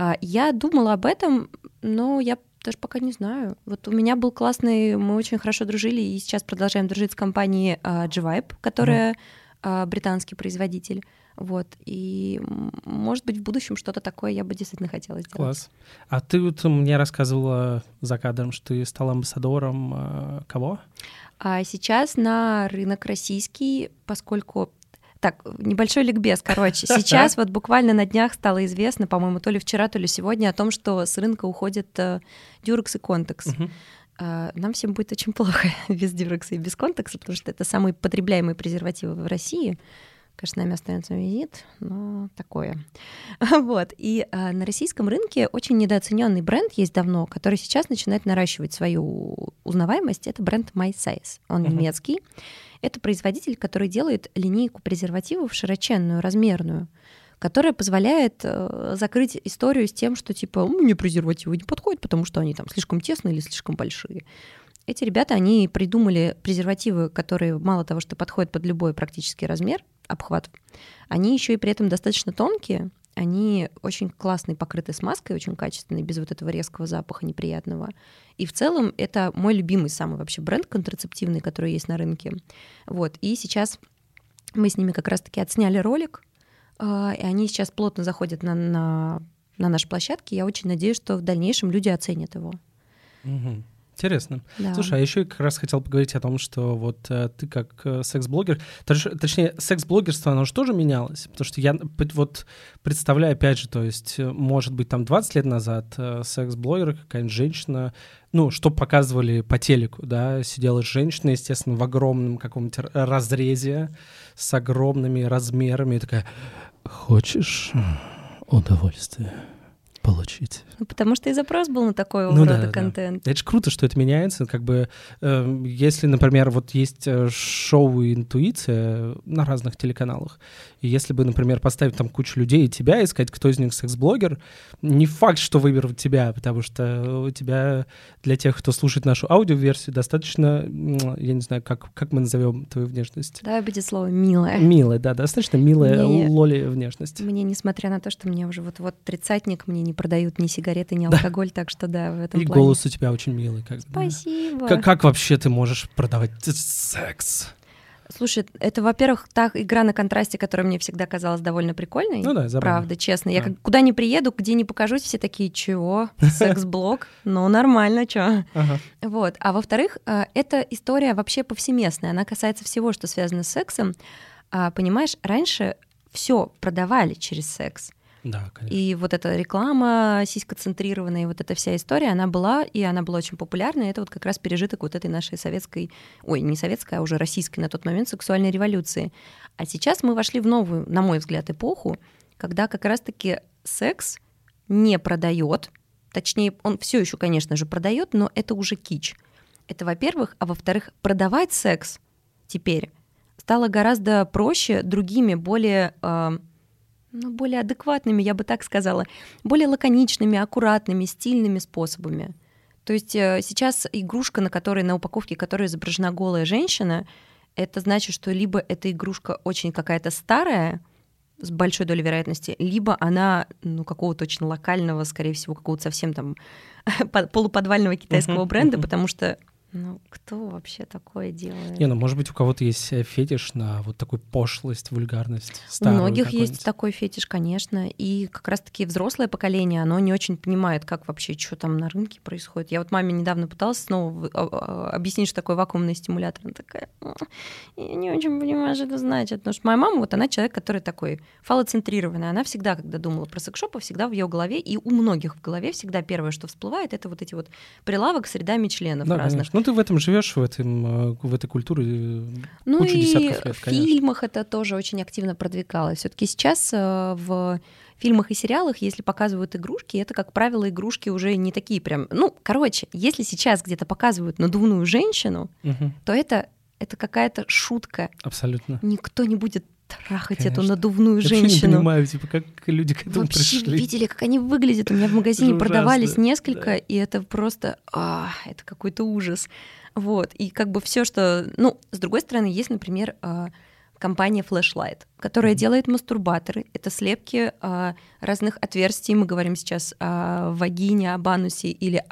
Я думала об этом, но я даже пока не знаю. Вот у меня был классный, мы очень хорошо дружили, и сейчас продолжаем дружить с компанией G-Vibe, которая британский производитель. Вот. И, может быть, в будущем что-то такое я бы действительно хотела сделать. Класс. А ты вот мне рассказывала за кадром, что ты стала амбассадором кого? Сейчас на рынок российский, поскольку... Так, небольшой ликбез, короче. Сейчас вот буквально на днях стало известно, по-моему, то ли вчера, то ли сегодня, о том, что с рынка уходят Durex и Contex. Нам всем будет очень плохо без Durex и без Contex, потому что это самые потребляемые презервативы в России. Конечно, нами остается визит, но такое. Вот. И на российском рынке очень недооцененный бренд есть давно, который сейчас начинает наращивать свою узнаваемость. Это бренд MySize. Он немецкий. Это производитель, который делает линейку презервативов широченную, размерную, которая позволяет закрыть историю с тем, что типа мне презервативы не подходят, потому что они там слишком тесные или слишком большие. Эти ребята, они придумали презервативы, которые мало того, что подходят под любой практически размер, обхват, они еще и при этом достаточно тонкие, они очень классные, покрыты смазкой, очень качественные, без вот этого резкого запаха неприятного. И в целом это мой любимый самый вообще бренд контрацептивный, который есть на рынке. Вот. И сейчас мы с ними как раз-таки отсняли ролик, и они сейчас плотно заходят на наши площадки. Я очень надеюсь, что в дальнейшем люди оценят его. Интересно. Да. Слушай, а еще как раз хотел поговорить о том, что вот ты как секс-блогер, точнее, секс-блогерство, оно же тоже менялось, потому что я вот представляю, опять же, то есть, может быть, там 20 лет назад секс-блогер, какая-нибудь женщина, ну, что показывали по телеку, да, сидела женщина, естественно, в огромном каком-нибудь разрезе, с огромными размерами, и такая: «Хочешь удовольствие получить?» Ну, потому что и запрос был на такой рода контент. Да. Это же круто, что это меняется. Как бы, если, например, вот есть шоу «Интуиция» на разных телеканалах, и если бы, например, поставить там кучу людей и тебя, искать, кто из них секс-блогер, не факт, что выберут тебя, потому что у тебя, для тех, кто слушает нашу аудиоверсию, достаточно, я не знаю, как мы назовем твою внешность. Давай будет слово «милая». Милая, да, достаточно милая лоли внешность. Мне, несмотря на то, что мне уже вот тридцатник, мне не продают ни сигареты, ни алкоголь, так что да, в этом и плане. Голос у тебя очень милый. Спасибо. Как вообще ты можешь продавать секс? Слушай, это, во-первых, та игра на контрасте, которая мне всегда казалась довольно прикольной. Ну да, забавно. Правда, честно. Я куда ни приеду, где ни покажусь, все такие: чего? Секс-блог? Ну, нормально, чё? Вот. А во-вторых, эта история вообще повсеместная. Она касается всего, что связано с сексом. Понимаешь, раньше все продавали через секс. Да, конечно. И вот эта реклама сиськоцентрированная, и вот эта вся история, она была очень популярна, и это вот как раз пережиток вот этой нашей советской, не советской, а уже российской на тот момент сексуальной революции. А сейчас мы вошли в новую, на мой взгляд, эпоху, когда как раз-таки секс не продает, точнее, он все еще, конечно же, продает, но это уже кич. Это, во-первых, а во-вторых, продавать секс теперь стало гораздо проще другими, более адекватными, я бы так сказала, более лаконичными, аккуратными, стильными способами. То есть сейчас игрушка, на упаковке которой изображена голая женщина, это значит, что либо эта игрушка очень какая-то старая, с большой долей вероятности, либо она какого-то очень локального, скорее всего, какого-то совсем там полуподвального китайского бренда, потому что кто вообще такое делает? Может быть, у кого-то есть фетиш на вот такую пошлость, вульгарность. У многих есть такой фетиш, конечно. И как раз-таки взрослое поколение, оно не очень понимает, как вообще, что там на рынке происходит. Я вот маме недавно пыталась снова объяснить, что такое вакуумный стимулятор. Она такая: я не очень понимаю, что это значит. Потому что моя мама, она человек, который такой фалоцентрированный. Она всегда, когда думала про секс-шопы, всегда в ее голове, и у многих в голове всегда первое, что всплывает, это вот эти вот прилавок с рядами членов разных. Конечно. Ты в этом живешь, в этой культуре кучу и десятков лет, в конечно. фильмах это тоже очень активно продвигалось. Все-таки сейчас в фильмах и сериалах, если показывают игрушки, это, как правило, игрушки уже не такие прям... если сейчас где-то показывают надувную женщину, то это какая-то шутка. Абсолютно. Никто не будет трахать Конечно. эту надувную женщину. Я вообще не понимаю, как люди к этому вообще пришли. Видели, как они выглядят? У меня в магазине продавались несколько, да. И это просто... это какой-то ужас. Вот. И как бы все, что... с другой стороны, есть, например, компания Flashlight, которая делает мастурбаторы. Это слепки разных отверстий. Мы говорим сейчас о вагине, об анусе или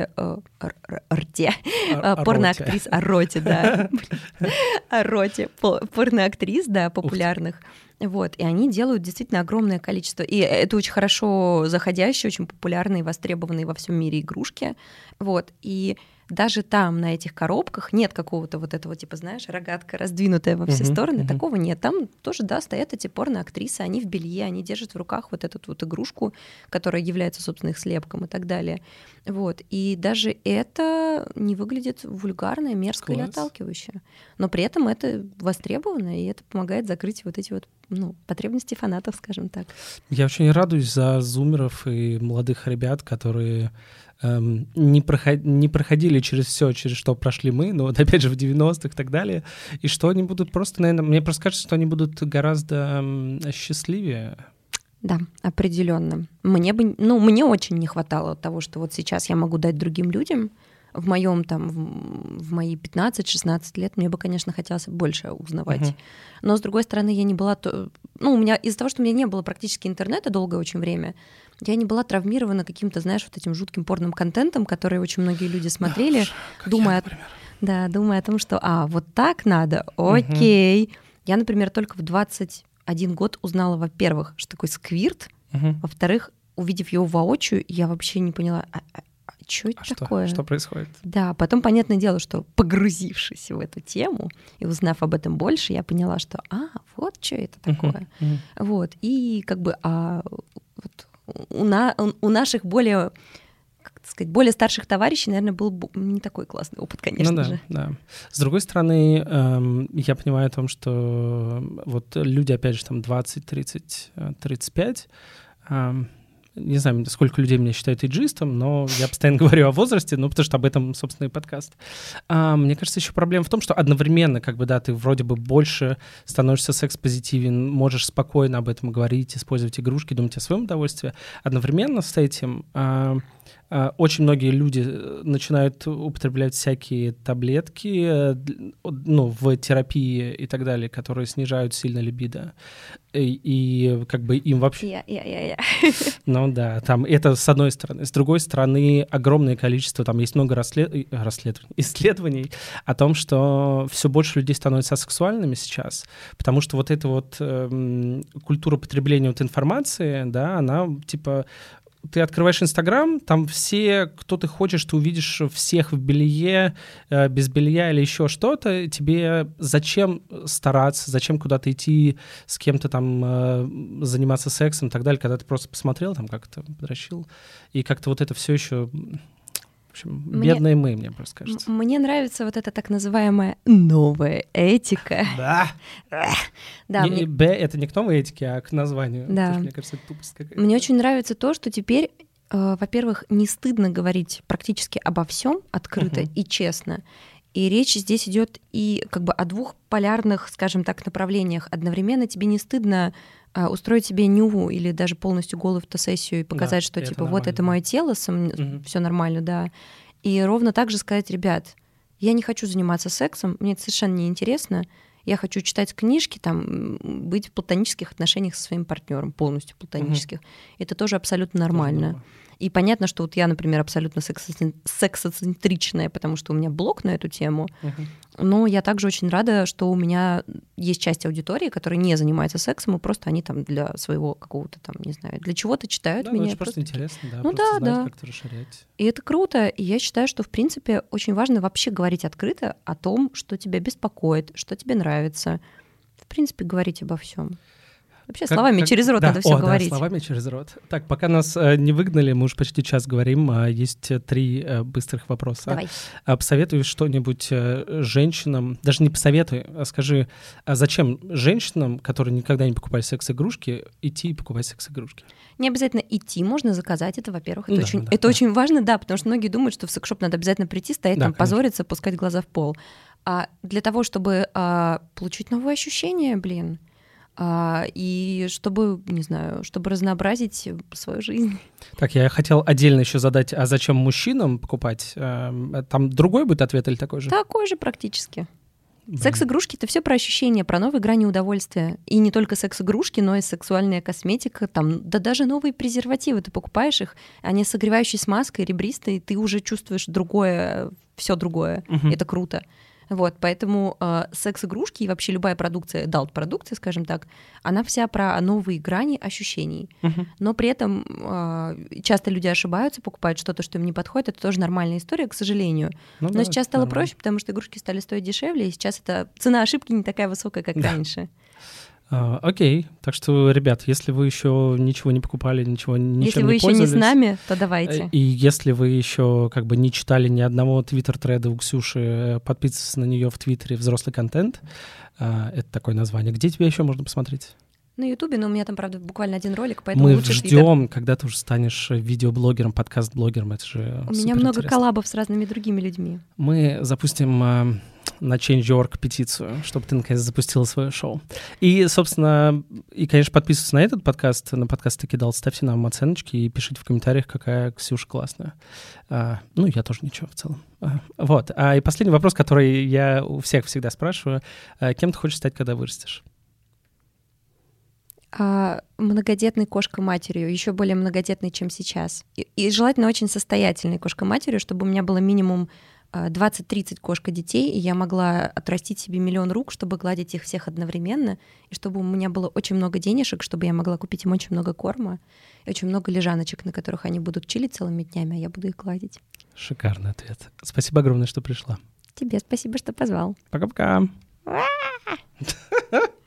рте. Порноактрис, о роте, да. О роте порноактрис, да, популярных. Вот, и они делают действительно огромное количество. И это очень хорошо заходящие, очень популярные, востребованные во всем мире игрушки. Вот, и даже там, на этих коробках, нет какого-то вот этого, типа, знаешь, рогатка раздвинутая во все стороны, такого нет. Там тоже, да, стоят эти порноактрисы, они в белье, они держат в руках вот эту вот игрушку, которая является, собственно, их слепком и так далее. Вот, и даже это не выглядит вульгарно, мерзко или отталкивающе. Но при этом это востребовано, и это помогает закрыть вот эти вот, потребности фанатов, скажем так. Я очень радуюсь за зумеров и молодых ребят, которые не проходили через все, через что прошли мы, но вот опять же в 90-х и так далее, и что они будут просто, наверное, мне просто кажется, что они будут гораздо счастливее. Да, определенно. Мне очень не хватало того, что вот сейчас я могу дать другим людям. В моем в мои 15-16 лет мне бы, конечно, хотелось больше узнавать. Но, с другой стороны, я не была... у меня из-за того, что у меня не было практически интернета долгое очень время, я не была травмирована каким-то, знаешь, вот этим жутким порным контентом, который очень многие люди смотрели, думая о том, что вот так надо, окей. Я, например, только в 21 год узнала, во-первых, что такое сквирт, во-вторых, увидев его воочию, я вообще не поняла, что это такое? Что происходит? Да, потом, понятное дело, что погрузившись в эту тему и узнав об этом больше, я поняла, что вот что это такое. Вот, и как бы у наших более старших товарищей, наверное, был не такой классный опыт, конечно же. Да. С другой стороны, я понимаю о том, что вот люди, опять же, там 20, 30, 35, не знаю, сколько людей меня считают эйджистом, но я постоянно говорю о возрасте, потому что об этом, собственно, и подкаст. Мне кажется, еще проблема в том, что одновременно, ты вроде бы больше становишься секс-позитивен, можешь спокойно об этом говорить, использовать игрушки, думать о своем удовольствии. Одновременно с этим очень многие люди начинают употреблять всякие таблетки, в терапии и так далее, которые снижают сильно либидо. И им вообще... Да, там это с одной стороны. С другой стороны, огромное количество, там есть много исследований о том, что все больше людей становятся асексуальными сейчас, потому что вот эта вот культура потребления информации, да, она типа... Ты открываешь Инстаграм, там кто ты хочешь, ты увидишь всех в белье, без белья или еще что-то. Тебе зачем стараться, зачем куда-то идти, с кем-то там заниматься сексом и так далее, когда ты просто посмотрел, там как-то подрочил, и как-то вот это все еще... В общем, бедные мне просто кажется. Мне нравится вот эта так называемая новая этика. Да. Б — это не к новой этике, а к названию. Да. Мне кажется, это тупость какая-то. Мне очень нравится то, что теперь, во-первых, не стыдно говорить практически обо всем открыто и честно. И речь здесь идет и о двух полярных, скажем так, направлениях. Одновременно тебе не стыдно устроить себе нюху или даже полностью голую фотосессию и показать, что типа вот это мое тело, все нормально, да. И ровно так же сказать: ребят, я не хочу заниматься сексом, мне это совершенно неинтересно, я хочу читать книжки, быть в платонических отношениях со своим партнером, полностью платонических. Это тоже абсолютно нормально. И понятно, что вот я, например, абсолютно сексоцентричная, потому что у меня блог на эту тему, но я также очень рада, что у меня есть часть аудитории, которая не занимается сексом, и просто они там для своего какого-то там, не знаю, для чего-то читают меня. Да, просто интересно, да, просто знать, как это расширять. И это круто, и я считаю, что, в принципе, очень важно вообще говорить открыто о том, что тебя беспокоит, что тебе нравится. В принципе, говорить обо всем. Вообще словами через рот надо все говорить. Да, словами через рот. Так, пока нас не выгнали, мы уже почти час говорим, есть 3 быстрых вопроса. Давай. Посоветуй что-нибудь женщинам, даже не посоветуй, а скажи, зачем женщинам, которые никогда не покупали секс-игрушки, идти и покупать секс-игрушки? Не обязательно идти, можно заказать это, во-первых. Это очень важно, да, потому что многие думают, что в секс-шоп надо обязательно прийти, стоять там, позориться, пускать глаза в пол. А для того, чтобы получить новые ощущения, и чтобы, не знаю, чтобы разнообразить свою жизнь. Так, я хотел отдельно еще задать, а зачем мужчинам покупать? Там другой будет ответ или такой же? Такой же практически. Секс-игрушки — это все про ощущения, про новые грани удовольствия. И не только секс-игрушки, но и сексуальная косметика. Там, да даже новые презервативы. Ты покупаешь их, они согревающие смазкой, ребристые, ты уже чувствуешь другое, все другое. Это круто. Вот, поэтому секс-игрушки и вообще любая продукция, адалт-продукция, скажем так, она вся про новые грани ощущений. Но при этом часто люди ошибаются, покупают что-то, что им не подходит. Это тоже нормальная история, к сожалению. Но сейчас стало проще, потому что игрушки стали стоить дешевле, и сейчас цена ошибки не такая высокая, как раньше. Окей. Так что, ребят, если вы еще ничего не покупали, ничем не пользовались... Если вы еще не с нами, то давайте. И если вы еще как бы не читали ни одного твиттер-треда у Ксюши, подписывайтесь на нее в Твиттере «Взрослый контент». Это такое название. Где тебя еще можно посмотреть? На Ютубе, но у меня там, правда, буквально один ролик, поэтому мы лучше ждем, когда ты уже станешь видеоблогером, подкаст-блогером. Это же у меня много коллабов с разными другими людьми. Мы запустим на Change.org петицию, чтобы ты наконец запустила свое шоу. И, собственно, конечно, подписывайтесь на этот подкаст, на подкаст «Таки дал», ставьте нам оценочки и пишите в комментариях, какая Ксюша классная. Я тоже ничего в целом. Вот. И последний вопрос, который я у всех всегда спрашиваю. Кем ты хочешь стать, когда вырастешь? Многодетной кошкой-матерью, еще более многодетной, чем сейчас. И желательно очень состоятельной кошкой-матерью, чтобы у меня было минимум 20-30 кошка-детей, и я могла отрастить себе 1 000 000 рук, чтобы гладить их всех одновременно, и чтобы у меня было очень много денежек, чтобы я могла купить им очень много корма и очень много лежаночек, на которых они будут чилить целыми днями, а я буду их гладить. Шикарный ответ. Спасибо огромное, что пришла. Тебе спасибо, что позвал. Пока-пока.